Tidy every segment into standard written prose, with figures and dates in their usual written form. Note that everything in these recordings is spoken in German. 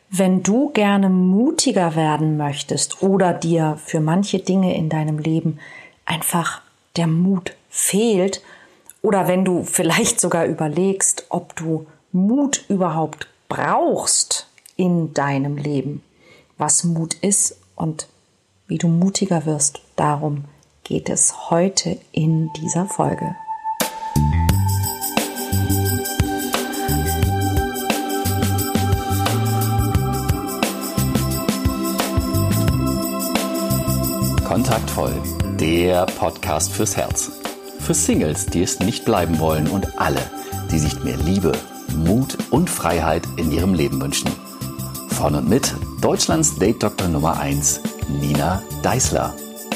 Wenn du gerne mutiger werden möchtest oder dir für manche Dinge in deinem Leben einfach der Mut fehlt oder wenn du vielleicht sogar überlegst, ob du Mut überhaupt brauchst in deinem Leben, was Mut ist und wie du mutiger wirst, darum geht es heute in dieser Folge. Kontaktvoll, der Podcast fürs Herz. Für Singles, die es nicht bleiben wollen und alle, die sich mehr Liebe, Mut und Freiheit in ihrem Leben wünschen. Von und mit Deutschlands Date-Doktor Nummer 1, Nina Deißler.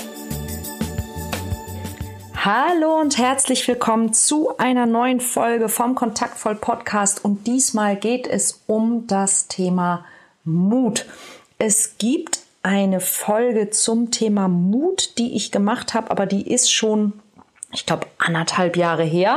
Hallo und herzlich willkommen zu einer neuen Folge vom Kontaktvoll Podcast und diesmal geht es um das Thema Mut. Es gibt eine Folge zum Thema Mut, die ich gemacht habe, aber die ist schon, ich glaube, 1,5 Jahre her.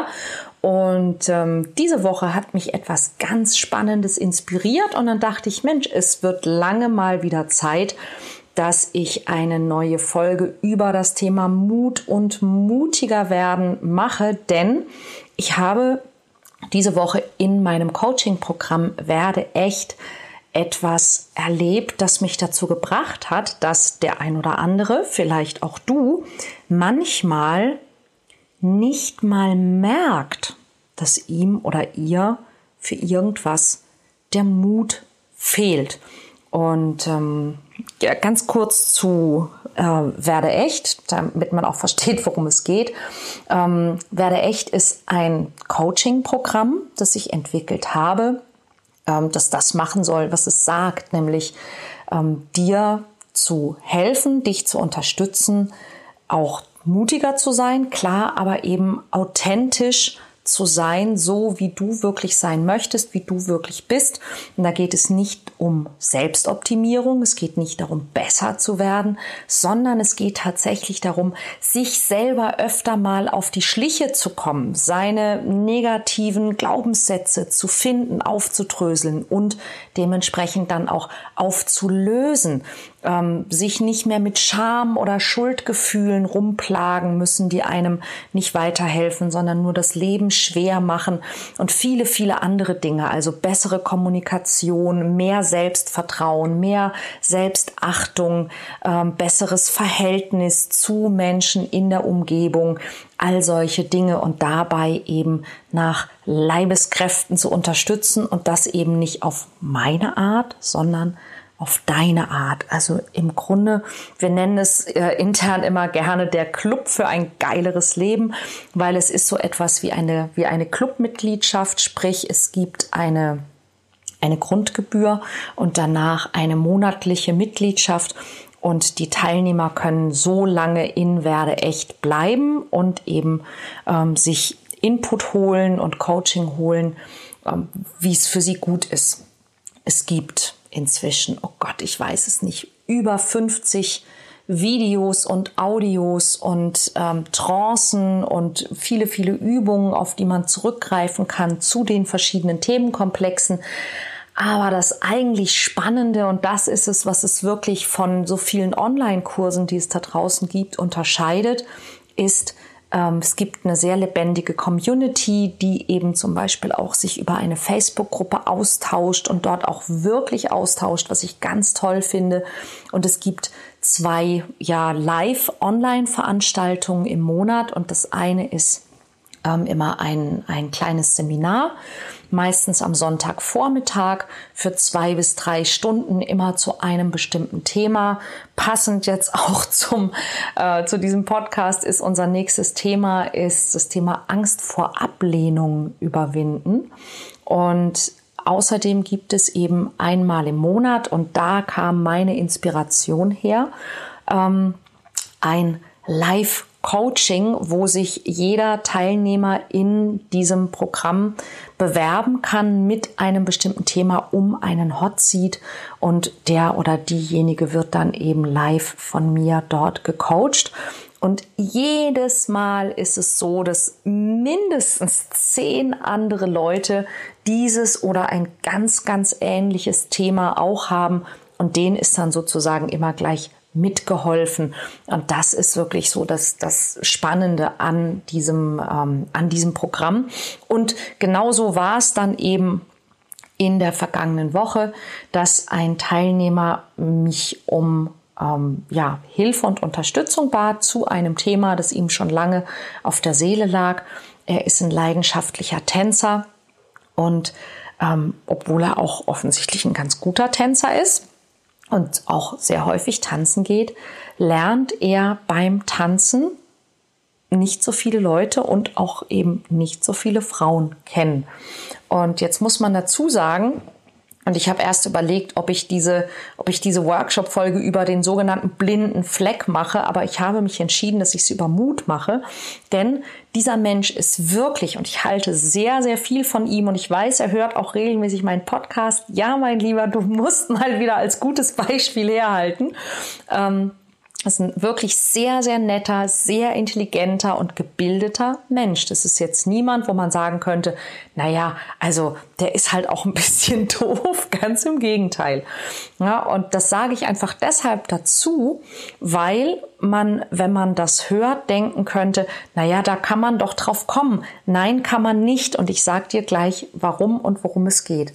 Und diese Woche hat mich etwas ganz Spannendes inspiriert und dann dachte ich, Mensch, es wird lange mal wieder Zeit, dass ich eine neue Folge über das Thema Mut und mutiger werden mache, denn ich habe diese Woche in meinem Coaching-Programm Werde echt etwas erlebt, das mich dazu gebracht hat, dass der ein oder andere, vielleicht auch du, manchmal nicht mal merkt, dass ihm oder ihr für irgendwas der Mut fehlt. Und ja, ganz kurz zu Werde echt, damit man auch versteht, worum es geht. Werde echt ist ein Coaching-Programm, das ich entwickelt habe, dass das machen soll, was es sagt, nämlich dir zu helfen, dich zu unterstützen, auch mutiger zu sein, klar, aber eben authentisch zu sein, so wie du wirklich sein möchtest, wie du wirklich bist. Und da geht es nicht um Selbstoptimierung, es geht nicht darum, besser zu werden, sondern es geht tatsächlich darum, sich selber öfter mal auf die Schliche zu kommen, seine negativen Glaubenssätze zu finden, aufzudröseln und dementsprechend dann auch aufzulösen, sich nicht mehr mit Scham oder Schuldgefühlen rumplagen müssen, die einem nicht weiterhelfen, sondern nur das Leben schwer machen und viele, viele andere Dinge, also bessere Kommunikation, mehr Selbstvertrauen, mehr Selbstachtung, besseres Verhältnis zu Menschen in der Umgebung, all solche Dinge und dabei eben nach Leibeskräften zu unterstützen und das eben nicht auf meine Art, sondern auf deine Art. Also im Grunde, wir nennen es intern immer gerne der Club für ein geileres Leben, weil es ist so etwas wie eine Clubmitgliedschaft, sprich es gibt eine Grundgebühr und danach eine monatliche Mitgliedschaft und die Teilnehmer können so lange in Werde echt bleiben und eben sich Input holen und Coaching holen, wie es für sie gut ist. Es gibt inzwischen, oh Gott, ich weiß es nicht, über 50 Videos und Audios und Trancen und viele, viele Übungen, auf die man zurückgreifen kann zu den verschiedenen Themenkomplexen. Aber das eigentlich Spannende, und das ist es, was es wirklich von so vielen Online-Kursen, die es da draußen gibt, unterscheidet, ist, es gibt eine sehr lebendige Community, die eben zum Beispiel auch sich über eine Facebook-Gruppe austauscht und dort auch wirklich austauscht, was ich ganz toll finde. Und es gibt 2 Live-Online-Veranstaltungen im Monat und das eine ist immer ein kleines Seminar, meistens am Sonntagvormittag für 2 bis 3 Stunden, immer zu einem bestimmten Thema. Passend jetzt auch zu diesem Podcast ist unser nächstes Thema, ist das Thema Angst vor Ablehnung überwinden. Und außerdem gibt es eben einmal im Monat, und da kam meine Inspiration her, ein Live-Coaching, wo sich jeder Teilnehmer in diesem Programm bewerben kann mit einem bestimmten Thema um einen Hot Seat und der oder diejenige wird dann eben live von mir dort gecoacht. Und jedes Mal ist es so, dass mindestens 10 andere Leute dieses oder ein ganz, ganz ähnliches Thema auch haben. Und denen ist dann sozusagen immer gleich mitgeholfen. Und das ist wirklich so das Spannende an diesem Programm. Und genauso war es dann eben in der vergangenen Woche, dass ein Teilnehmer mich um Hilfe und Unterstützung bat zu einem Thema, das ihm schon lange auf der Seele lag. Er ist ein leidenschaftlicher Tänzer und obwohl er auch offensichtlich ein ganz guter Tänzer ist und auch sehr häufig tanzen geht, lernt er beim Tanzen nicht so viele Leute und auch eben nicht so viele Frauen kennen. Und jetzt muss man dazu sagen, und ich habe erst überlegt, ob ich diese Workshop-Folge über den sogenannten blinden Fleck mache, aber ich habe mich entschieden, dass ich es über Mut mache, denn dieser Mensch ist wirklich, und ich halte sehr, sehr viel von ihm und ich weiß, er hört auch regelmäßig meinen Podcast. Ja, mein Lieber, du musst mal wieder als gutes Beispiel herhalten. Das ist ein wirklich sehr, sehr netter, sehr intelligenter und gebildeter Mensch. Das ist jetzt niemand, wo man sagen könnte, naja, also der ist halt auch ein bisschen doof, ganz im Gegenteil. Ja, und das sage ich einfach deshalb dazu, weil man, wenn man das hört, denken könnte, naja, da kann man doch drauf kommen. Nein, kann man nicht. Und ich sage dir gleich, warum und worum es geht.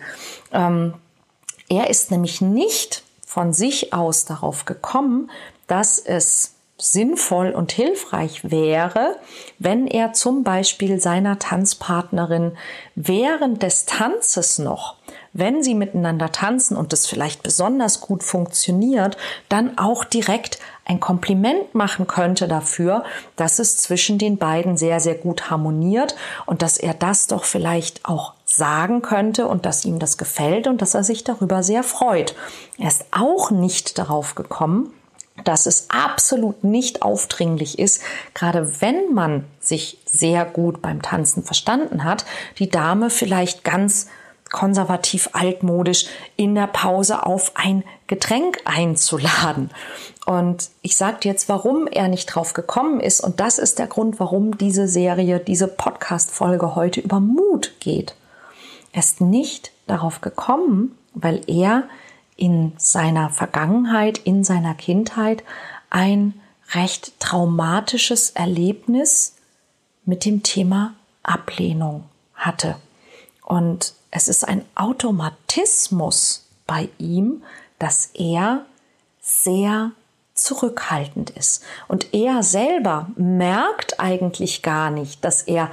Er ist nämlich nicht von sich aus darauf gekommen, dass es sinnvoll und hilfreich wäre, wenn er zum Beispiel seiner Tanzpartnerin während des Tanzes noch, wenn sie miteinander tanzen und das vielleicht besonders gut funktioniert, dann auch direkt ein Kompliment machen könnte dafür, dass es zwischen den beiden sehr, sehr gut harmoniert und dass er das doch vielleicht auch sagen könnte und dass ihm das gefällt und dass er sich darüber sehr freut. Er ist auch nicht darauf gekommen, dass es absolut nicht aufdringlich ist, gerade wenn man sich sehr gut beim Tanzen verstanden hat, die Dame vielleicht ganz konservativ altmodisch in der Pause auf ein Getränk einzuladen. Und ich sage dir jetzt, warum er nicht drauf gekommen ist. Und das ist der Grund, warum diese Serie, diese Podcast-Folge heute über Mut geht. Er ist nicht darauf gekommen, weil er in seiner Vergangenheit, in seiner Kindheit ein recht traumatisches Erlebnis mit dem Thema Ablehnung hatte. Und es ist ein Automatismus bei ihm, dass er sehr zurückhaltend ist. Und er selber merkt eigentlich gar nicht, dass er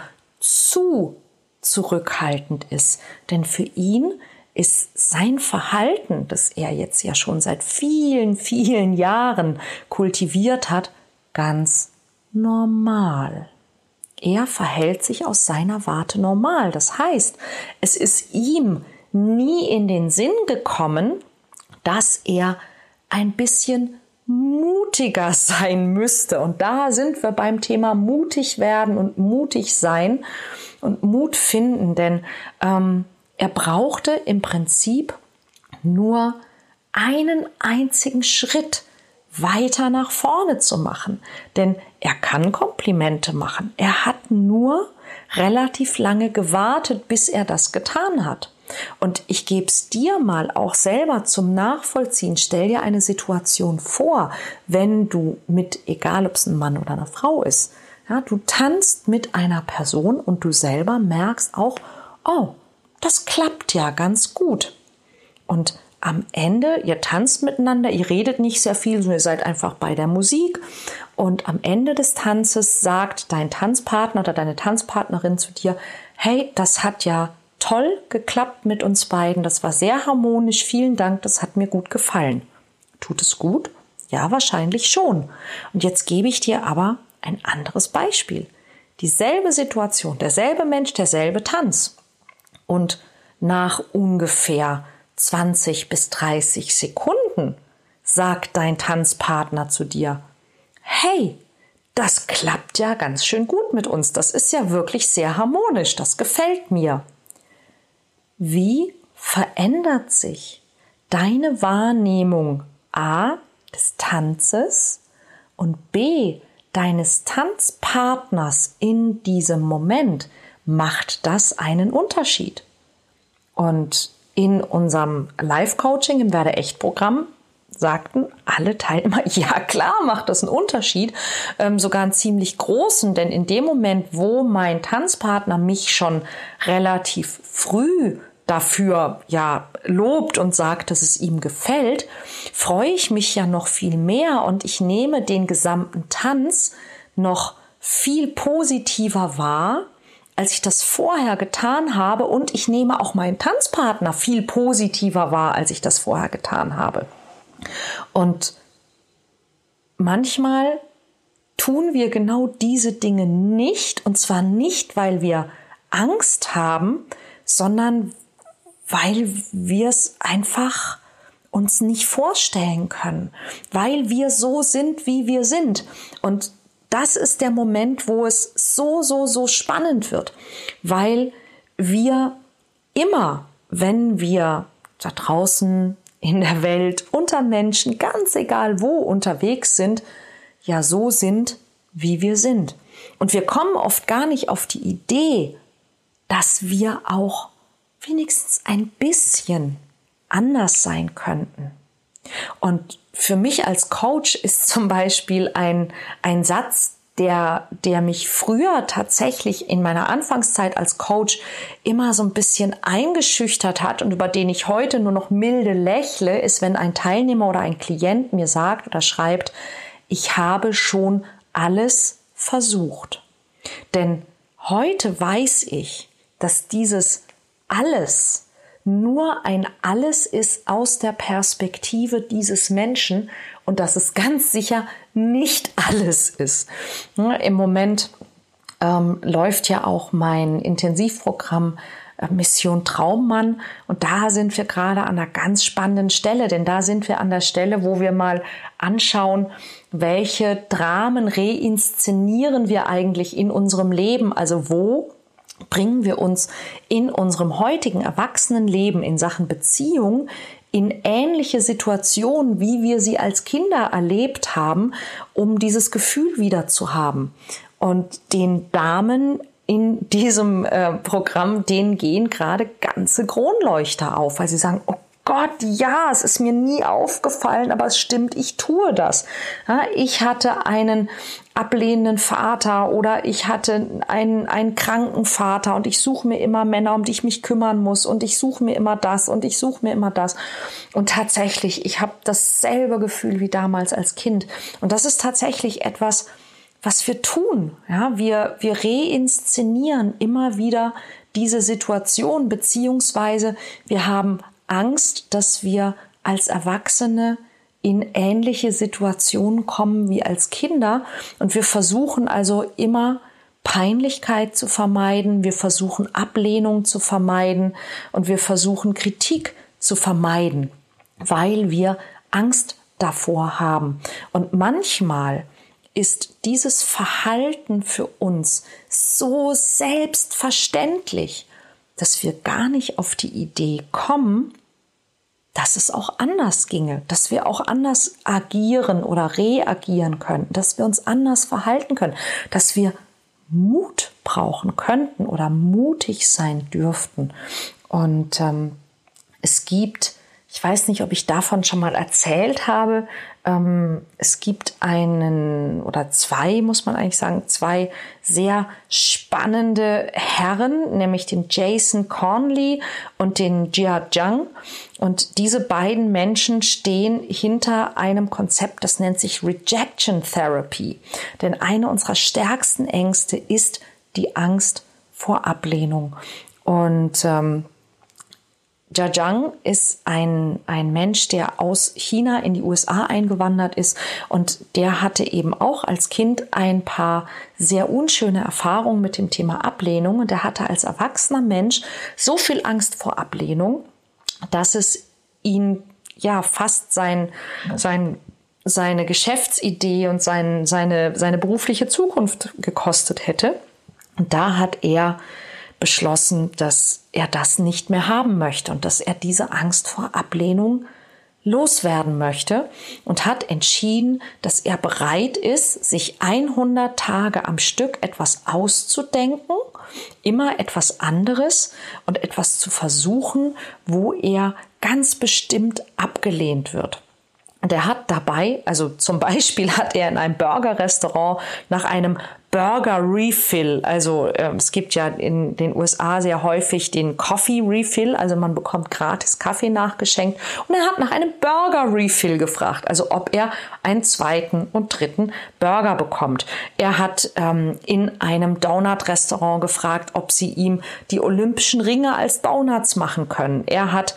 zu zurückhaltend ist. Denn für ihn ist sein Verhalten, das er jetzt ja schon seit vielen, vielen Jahren kultiviert hat, ganz normal. Er verhält sich aus seiner Warte normal. Das heißt, es ist ihm nie in den Sinn gekommen, dass er ein bisschen mutiger sein müsste. Und da sind wir beim Thema mutig werden und mutig sein und Mut finden, denn er brauchte im Prinzip nur einen einzigen Schritt weiter nach vorne zu machen. Denn er kann Komplimente machen. Er hat nur relativ lange gewartet, bis er das getan hat. Und ich gebe es dir mal auch selber zum Nachvollziehen. Stell dir eine Situation vor, wenn du mit, egal ob es ein Mann oder eine Frau ist, ja, du tanzt mit einer Person und du selber merkst auch, oh, das klappt ja ganz gut. Und am Ende, ihr tanzt miteinander, ihr redet nicht sehr viel, sondern ihr seid einfach bei der Musik. Und am Ende des Tanzes sagt dein Tanzpartner oder deine Tanzpartnerin zu dir, hey, das hat ja toll geklappt mit uns beiden, das war sehr harmonisch, vielen Dank, das hat mir gut gefallen. Tut es gut? Ja, wahrscheinlich schon. Und jetzt gebe ich dir aber ein anderes Beispiel. Dieselbe Situation, derselbe Mensch, derselbe Tanz. Und nach ungefähr 20 bis 30 Sekunden sagt dein Tanzpartner zu dir, hey, das klappt ja ganz schön gut mit uns, das ist ja wirklich sehr harmonisch, das gefällt mir. Wie verändert sich deine Wahrnehmung A des Tanzes und B deines Tanzpartners in diesem Moment macht das einen Unterschied. Und in unserem Live-Coaching im Werde-Echt-Programm sagten alle Teilnehmer, ja klar macht das einen Unterschied, sogar einen ziemlich großen, denn in dem Moment, wo mein Tanzpartner mich schon relativ früh dafür lobt und sagt, dass es ihm gefällt, freue ich mich ja noch viel mehr und ich nehme den gesamten Tanz noch viel positiver wahr, als ich das vorher getan habe, und ich nehme auch meinen Tanzpartner viel positiver wahr, als ich das vorher getan habe. Und manchmal tun wir genau diese Dinge nicht, und zwar nicht, weil wir Angst haben, sondern weil wir es einfach uns nicht vorstellen können, weil wir so sind, wie wir sind. Und das ist der Moment, wo es so spannend wird, weil wir immer, wenn wir da draußen in der Welt unter Menschen, ganz egal wo unterwegs sind, ja so sind, wie wir sind. Und wir kommen oft gar nicht auf die Idee, dass wir auch wenigstens ein bisschen anders sein könnten. Und für mich als Coach ist zum Beispiel ein Satz, der mich früher tatsächlich in meiner Anfangszeit als Coach immer so ein bisschen eingeschüchtert hat und über den ich heute nur noch milde lächle, ist, wenn ein Teilnehmer oder ein Klient mir sagt oder schreibt, ich habe schon alles versucht. Denn heute weiß ich, dass dieses alles nur ein Alles ist aus der Perspektive dieses Menschen und dass es ganz sicher nicht alles ist. Im Moment läuft ja auch mein Intensivprogramm Mission Traummann, und da sind wir gerade an einer ganz spannenden Stelle, denn da sind wir an der Stelle, wo wir mal anschauen, welche Dramen reinszenieren wir eigentlich in unserem Leben, also wo bringen wir uns in unserem heutigen Erwachsenenleben in Sachen Beziehung in ähnliche Situationen, wie wir sie als Kinder erlebt haben, um dieses Gefühl wieder zu haben. Und den Damen in diesem Programm, denen gehen gerade ganze Kronleuchter auf, weil sie sagen, oh Gott, ja, es ist mir nie aufgefallen, aber es stimmt, ich tue das. Ja, ich hatte einen ablehnenden Vater oder ich hatte einen kranken Vater und ich suche mir immer Männer, um die ich mich kümmern muss, und ich suche mir immer das und ich suche mir immer das. Und tatsächlich, ich habe dasselbe Gefühl wie damals als Kind. Und das ist tatsächlich etwas, was wir tun. Ja, wir reinszenieren immer wieder diese Situation, beziehungsweise wir haben Angst, dass wir als Erwachsene in ähnliche Situationen kommen wie als Kinder, und wir versuchen also immer Peinlichkeit zu vermeiden, wir versuchen Ablehnung zu vermeiden und wir versuchen Kritik zu vermeiden, weil wir Angst davor haben. Und manchmal ist dieses Verhalten für uns so selbstverständlich, dass wir gar nicht auf die Idee kommen, dass es auch anders ginge, dass wir auch anders agieren oder reagieren könnten, dass wir uns anders verhalten können, dass wir Mut brauchen könnten oder mutig sein dürften. Und es gibt, ich weiß nicht, ob ich davon schon mal erzählt habe, es gibt einen oder zwei, muss man eigentlich sagen, zwei sehr spannende Herren, nämlich den Jason Conley und den Jia Zhang. Und diese beiden Menschen stehen hinter einem Konzept, das nennt sich Rejection Therapy. Denn eine unserer stärksten Ängste ist die Angst vor Ablehnung. Und Jia Zhang ist ein Mensch, der aus China in die USA eingewandert ist, und der hatte eben auch als Kind ein paar sehr unschöne Erfahrungen mit dem Thema Ablehnung, und er hatte als erwachsener Mensch so viel Angst vor Ablehnung, dass es ihn ja fast seine Geschäftsidee und seine berufliche Zukunft gekostet hätte. Und da hat er beschlossen, dass er das nicht mehr haben möchte und dass er diese Angst vor Ablehnung loswerden möchte und hat entschieden, dass er bereit ist, sich 100 Tage am Stück etwas auszudenken, immer etwas anderes und etwas zu versuchen, wo er ganz bestimmt abgelehnt wird. Und er hat dabei, also zum Beispiel hat er in einem Burger-Restaurant nach einem Burger Refill, also es gibt ja in den USA sehr häufig den Coffee Refill, also man bekommt gratis Kaffee nachgeschenkt, und er hat nach einem Burger Refill gefragt, also ob er einen zweiten und dritten Burger bekommt. Er hat in einem Donut-Restaurant gefragt, ob sie ihm die olympischen Ringe als Donuts machen können. Er hat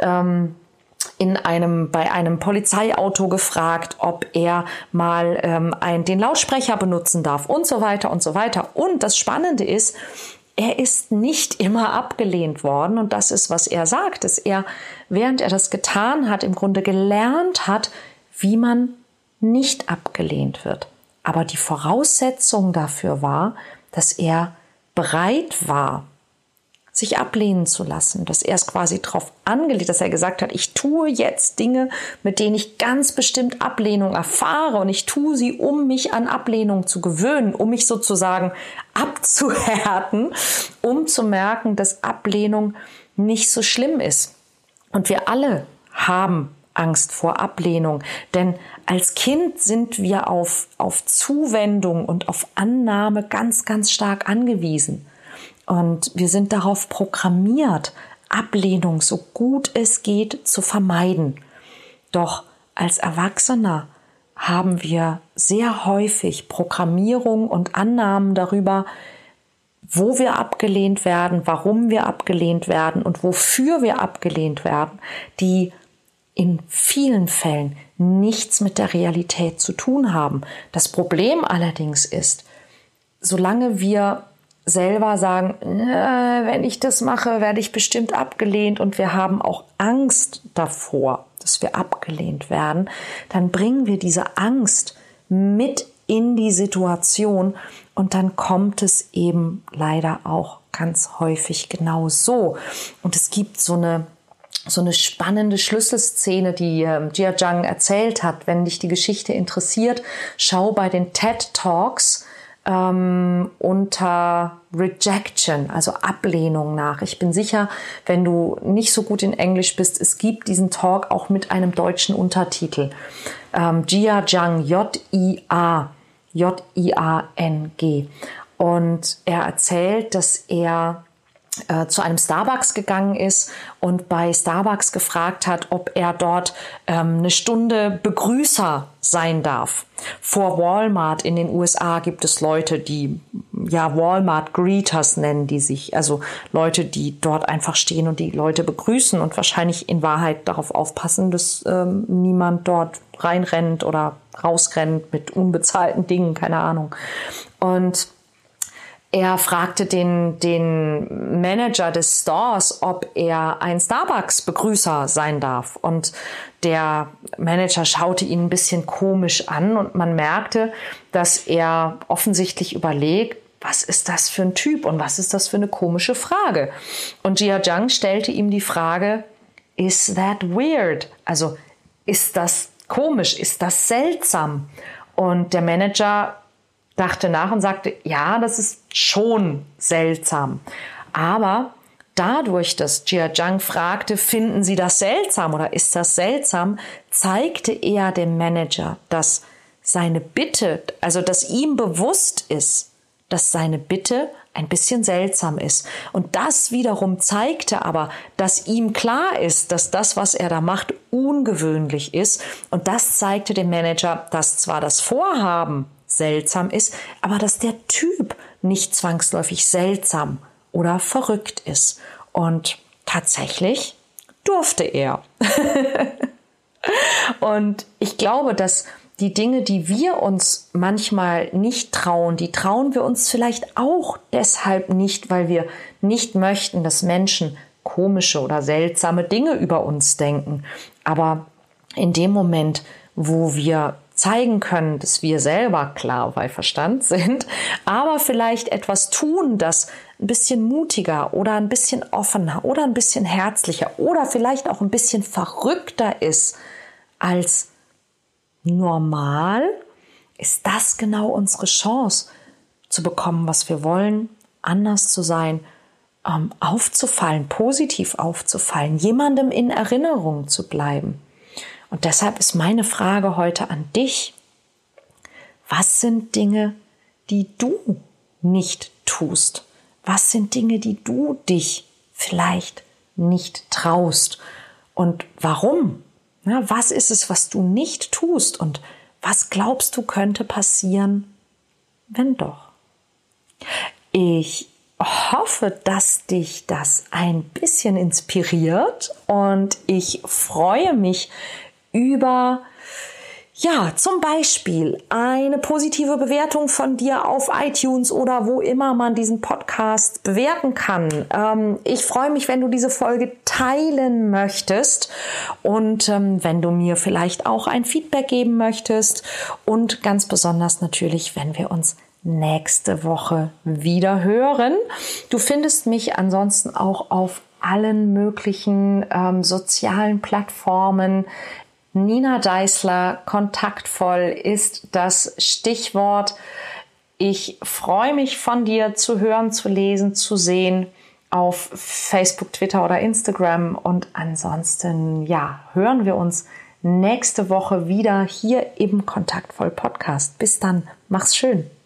bei einem Polizeiauto gefragt, ob er mal den Lautsprecher benutzen darf und so weiter und so weiter. Und das Spannende ist, er ist nicht immer abgelehnt worden. Und das ist, was er sagt, dass er, während er das getan hat, im Grunde gelernt hat, wie man nicht abgelehnt wird. Aber die Voraussetzung dafür war, dass er bereit war, sich ablehnen zu lassen, dass er es quasi darauf angelegt, dass er gesagt hat, ich tue jetzt Dinge, mit denen ich ganz bestimmt Ablehnung erfahre, und ich tue sie, um mich an Ablehnung zu gewöhnen, um mich sozusagen abzuhärten, um zu merken, dass Ablehnung nicht so schlimm ist. Und wir alle haben Angst vor Ablehnung, denn als Kind sind wir auf Zuwendung und auf Annahme ganz, ganz stark angewiesen. Und wir sind darauf programmiert, Ablehnung so gut es geht zu vermeiden. Doch als Erwachsener haben wir sehr häufig Programmierung und Annahmen darüber, wo wir abgelehnt werden, warum wir abgelehnt werden und wofür wir abgelehnt werden, die in vielen Fällen nichts mit der Realität zu tun haben. Das Problem allerdings ist, solange wir selber sagen, wenn ich das mache, werde ich bestimmt abgelehnt, und wir haben auch Angst davor, dass wir abgelehnt werden, dann bringen wir diese Angst mit in die Situation, und dann kommt es eben leider auch ganz häufig genau so. Und es gibt so eine spannende Schlüsselszene, die Jia Jiang erzählt hat. Wenn dich die Geschichte interessiert, schau bei den TED Talks unter Rejection, also Ablehnung nach. Ich bin sicher, wenn du nicht so gut in Englisch bist, es gibt diesen Talk auch mit einem deutschen Untertitel. Jia Jiang, Jiang. Und er erzählt, dass er zu einem Starbucks gegangen ist und bei Starbucks gefragt hat, ob er dort eine Stunde Begrüßer sein darf. Vor Walmart in den USA gibt es Leute, die Walmart Greeters nennen die sich, also Leute, die dort einfach stehen und die Leute begrüßen und wahrscheinlich in Wahrheit darauf aufpassen, dass niemand dort reinrennt oder rausrennt mit unbezahlten Dingen, keine Ahnung. Und er fragte den Manager des Stores, ob er ein Starbucks-Begrüßer sein darf. Und der Manager schaute ihn ein bisschen komisch an, und man merkte, dass er offensichtlich überlegt, was ist das für ein Typ und was ist das für eine komische Frage? Und Jia Jiang stellte ihm die Frage, is that weird? Also, ist das komisch? Ist das seltsam? Und der Manager dachte nach und sagte, ja, das ist schon seltsam. Aber dadurch, dass Jia Jiang fragte, finden Sie das seltsam oder ist das seltsam, zeigte er dem Manager, dass seine Bitte, also dass ihm bewusst ist, dass seine Bitte ein bisschen seltsam ist. Und das wiederum zeigte aber, dass ihm klar ist, dass das, was er da macht, ungewöhnlich ist. Und das zeigte dem Manager, dass zwar das Vorhaben seltsam ist, aber dass der Typ nicht zwangsläufig seltsam oder verrückt ist. Und tatsächlich durfte er. Und ich glaube, dass die Dinge, die wir uns manchmal nicht trauen, die trauen wir uns vielleicht auch deshalb nicht, weil wir nicht möchten, dass Menschen komische oder seltsame Dinge über uns denken. Aber in dem Moment, wo wir zeigen können, dass wir selber klar bei Verstand sind, aber vielleicht etwas tun, das ein bisschen mutiger oder ein bisschen offener oder ein bisschen herzlicher oder vielleicht auch ein bisschen verrückter ist als normal, ist das genau unsere Chance, zu bekommen, was wir wollen, anders zu sein, aufzufallen, positiv aufzufallen, jemandem in Erinnerung zu bleiben. Und deshalb ist meine Frage heute an dich: Was sind Dinge, die du nicht tust? Was sind Dinge, die du dich vielleicht nicht traust? Und warum? Ja, was ist es, was du nicht tust? Und was glaubst du, könnte passieren, wenn doch? Ich hoffe, dass dich das ein bisschen inspiriert, und ich freue mich über, zum Beispiel eine positive Bewertung von dir auf iTunes oder wo immer man diesen Podcast bewerten kann. Ich freue mich, wenn du diese Folge teilen möchtest und wenn du mir vielleicht auch ein Feedback geben möchtest, und ganz besonders natürlich, wenn wir uns nächste Woche wieder hören. Du findest mich ansonsten auch auf allen möglichen sozialen Plattformen. Nina Deißler, kontaktvoll ist das Stichwort. Ich freue mich, von dir zu hören, zu lesen, zu sehen auf Facebook, Twitter oder Instagram. Und ansonsten, hören wir uns nächste Woche wieder hier im Kontaktvoll Podcast. Bis dann, mach's schön.